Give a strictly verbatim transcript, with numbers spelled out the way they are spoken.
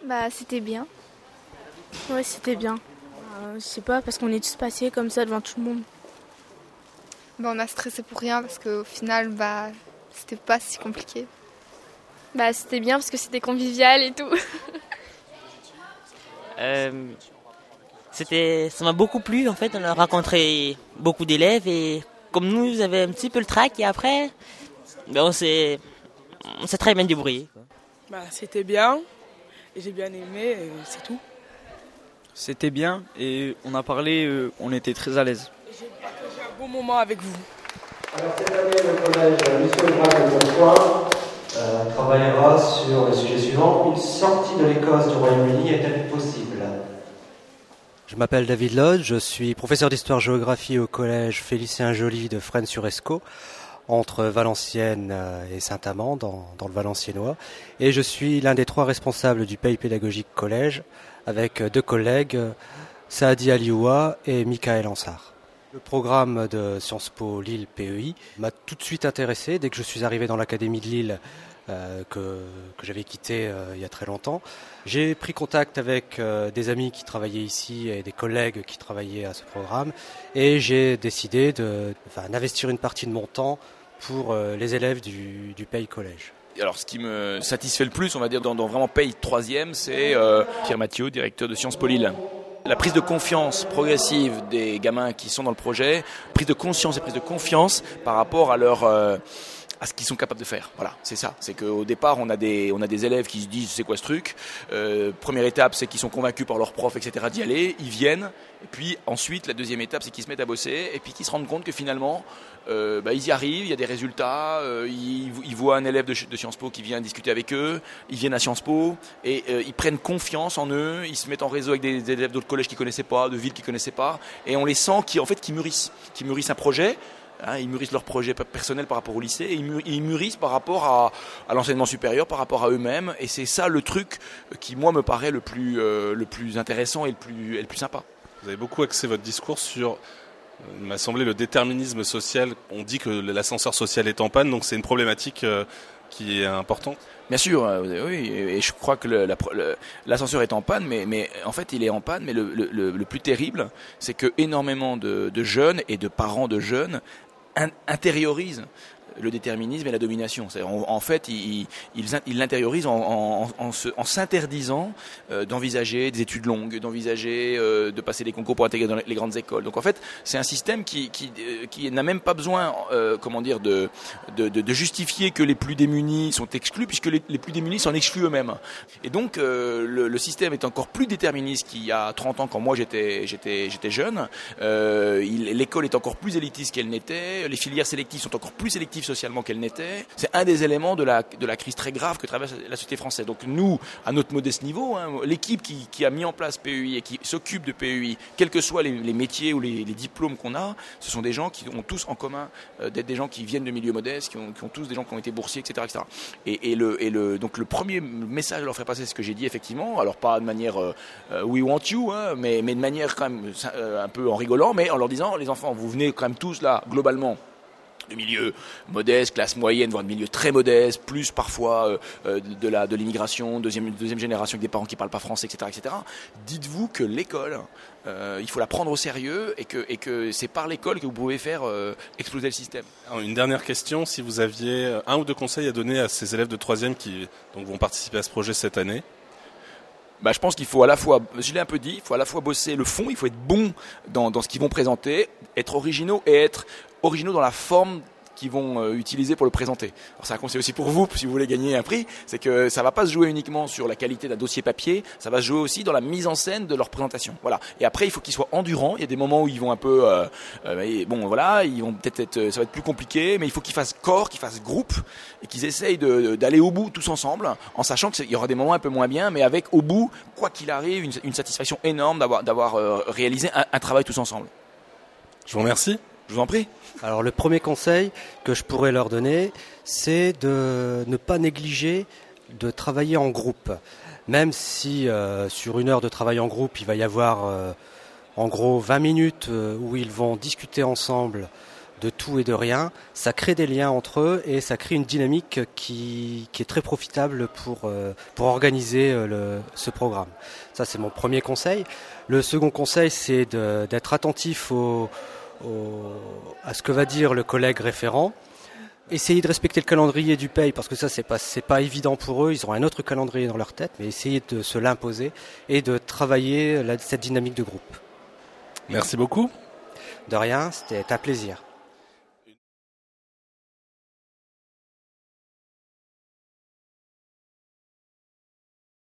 Bah, c'était bien. Ouais, c'était bien. Euh, je sais pas, parce qu'on est tous passés comme ça devant tout le monde. Bah, on a stressé pour rien parce qu'au final, bah, c'était pas si compliqué. Bah, c'était bien parce que c'était convivial et tout. Euh, c'était, ça m'a beaucoup plu en fait. On a rencontré beaucoup d'élèves et comme nous, vous avez un petit peu le trac et après, ben on s'est, on s'est très bien débrouillé. Bah, c'était bien. Et j'ai bien aimé, et c'est tout. C'était bien et on a parlé, euh, on était très à l'aise. J'ai partagé un bon moment avec vous. Alors cette année, le collège Lucien Lebrun euh, travaillera sur le sujet suivant. Une sortie de l'Écosse du Royaume-Uni est-elle possible ? Je m'appelle David Lodge, je suis professeur d'histoire-géographie au collège Félicien-Joly de Fresnes-sur-Escaut, entre Valenciennes et Saint-Amand, dans, dans le Valenciennois. Et je suis l'un des trois responsables du pays pédagogique collège, avec deux collègues, Saadi Alioua et Michael Ansar. Le programme de Sciences Po Lille P E I m'a tout de suite intéressé dès que je suis arrivé dans l'académie de Lille, euh, que, que j'avais quitté euh, il y a très longtemps. J'ai pris contact avec euh, des amis qui travaillaient ici et des collègues qui travaillaient à ce programme et j'ai décidé de, enfin, d'investir une partie de mon temps pour euh, les élèves du, du P E I Collège. Alors ce qui me satisfait le plus, on va dire, dans, dans vraiment P E I troisième, c'est euh, Pierre Mathieu, directeur de Sciences Po Lille. La prise de confiance progressive des gamins qui sont dans le projet, prise de conscience et prise de confiance par rapport à leur... Euh, à ce qu'ils sont capables de faire. Voilà, c'est ça. C'est qu'au départ, on a des, on a des élèves qui se disent c'est quoi ce truc. Euh, première étape, c'est qu'ils sont convaincus par leur prof, et cetera d'y aller. Ils viennent. Et puis ensuite, la deuxième étape, c'est qu'ils se mettent à bosser et puis qu'ils se rendent compte que finalement, euh, bah, ils y arrivent, il y a des résultats. Euh, ils, ils voient un élève de, de Sciences Po qui vient discuter avec eux. Ils viennent à Sciences Po et euh, ils prennent confiance en eux. Ils se mettent en réseau avec des, des élèves d'autres collèges qu'ils connaissaient pas, de villes qu'ils connaissaient pas. Et on les sent qui, en fait, qui mûrissent, qui mûrissent un projet. Hein, ils mûrissent leur projet personnel par rapport au lycée et ils mûrissent par rapport à, à l'enseignement supérieur, par rapport à eux-mêmes. Et c'est ça le truc qui, moi, me paraît le plus, euh, le plus intéressant et le plus, et le plus sympa. Vous avez beaucoup axé votre discours sur, il m'a semblé, le déterminisme social. On dit que l'ascenseur social est en panne, donc c'est une problématique euh, qui est importante. Bien sûr, euh, oui, et je crois que le, la, le, l'ascenseur est en panne, mais, mais en fait il est en panne, mais le, le, le plus terrible, c'est que énormément de, de jeunes et de parents de jeunes intériorisent le déterminisme et la domination. C'est-à-dire, en, en fait, ils, ils, ils l'intériorisent en, en, en, se, en s'interdisant euh, d'envisager des études longues, d'envisager euh, de passer des concours pour intégrer dans les grandes écoles. Donc en fait, c'est un système qui, qui, euh, qui n'a même pas besoin, euh, comment dire, de, de, de, de justifier que les plus démunis sont exclus, puisque les, les plus démunis s'en excluent eux-mêmes. Et donc euh, le, le système est encore plus déterministe qu'il y a trente ans, quand moi j'étais, j'étais, j'étais jeune. Euh, il, l'école est encore plus élitiste qu'elle n'était. Les filières sélectives sont encore plus sélectives socialement qu'elle n'était. C'est un des éléments de la, de la crise très grave que traverse la société française. Donc nous, à notre modeste niveau, hein, l'équipe qui, qui a mis en place P E I et qui s'occupe de P E I, quels que soient les, les métiers ou les, les diplômes qu'on a, ce sont des gens qui ont tous en commun euh, d'être des gens qui viennent de milieux modestes, qui ont, qui ont tous des gens qui ont été boursiers, et cetera, et cetera. Et, et, le, et le, donc le premier message à leur faire passer, c'est ce que j'ai dit effectivement, alors pas de manière euh, we want you, hein, mais, mais de manière quand même euh, un peu en rigolant, mais en leur disant, les enfants, vous venez quand même tous là, globalement, de milieux modestes, classe moyenne, voire de milieux très modestes, plus parfois euh, de, la, de l'immigration, deuxième, deuxième génération avec des parents qui ne parlent pas français, et cetera, et cetera. Dites-vous que l'école, euh, il faut la prendre au sérieux et que, et que c'est par l'école que vous pouvez faire euh, exploser le système. Alors, une dernière question, si vous aviez un ou deux conseils à donner à ces élèves de troisième qui donc, vont participer à ce projet cette année. Bah, je pense qu'il faut à la fois, je l'ai un peu dit, il faut à la fois bosser le fond, il faut être bon dans, dans ce qu'ils vont présenter, être originaux et être originaux dans la forme qu'ils vont euh, utiliser pour le présenter. Alors c'est un conseil aussi pour vous, si vous voulez gagner un prix, c'est que ça va pas se jouer uniquement sur la qualité d'un dossier papier, ça va se jouer aussi dans la mise en scène de leur présentation. Voilà. Et après, il faut qu'ils soient endurants. Il y a des moments où ils vont un peu, euh, euh, bon voilà, ils vont peut-être être, ça va être plus compliqué, mais il faut qu'ils fassent corps, qu'ils fassent groupe et qu'ils essayent de, d'aller au bout tous ensemble, en sachant qu'il y aura des moments un peu moins bien, mais avec au bout, quoi qu'il arrive, une, une satisfaction énorme d'avoir, d'avoir euh, réalisé un, un travail tous ensemble. Je vous remercie. Je vous en prie. Alors le premier conseil que je pourrais leur donner, c'est de ne pas négliger de travailler en groupe. Même si euh, sur une heure de travail en groupe, il va y avoir euh, en gros vingt minutes euh, où ils vont discuter ensemble de tout et de rien, ça crée des liens entre eux et ça crée une dynamique qui, qui est très profitable pour, euh, pour organiser euh, le, ce programme. Ça, c'est mon premier conseil. Le second conseil, c'est de, d'être attentif au, au, à ce que va dire le collègue référent. Essayez de respecter le calendrier du P E I, parce que ça, c'est pas, c'est pas évident pour eux. Ils ont un autre calendrier dans leur tête, mais essayez de se l'imposer et de travailler la, cette dynamique de groupe. Merci beaucoup. De rien, c'était un plaisir.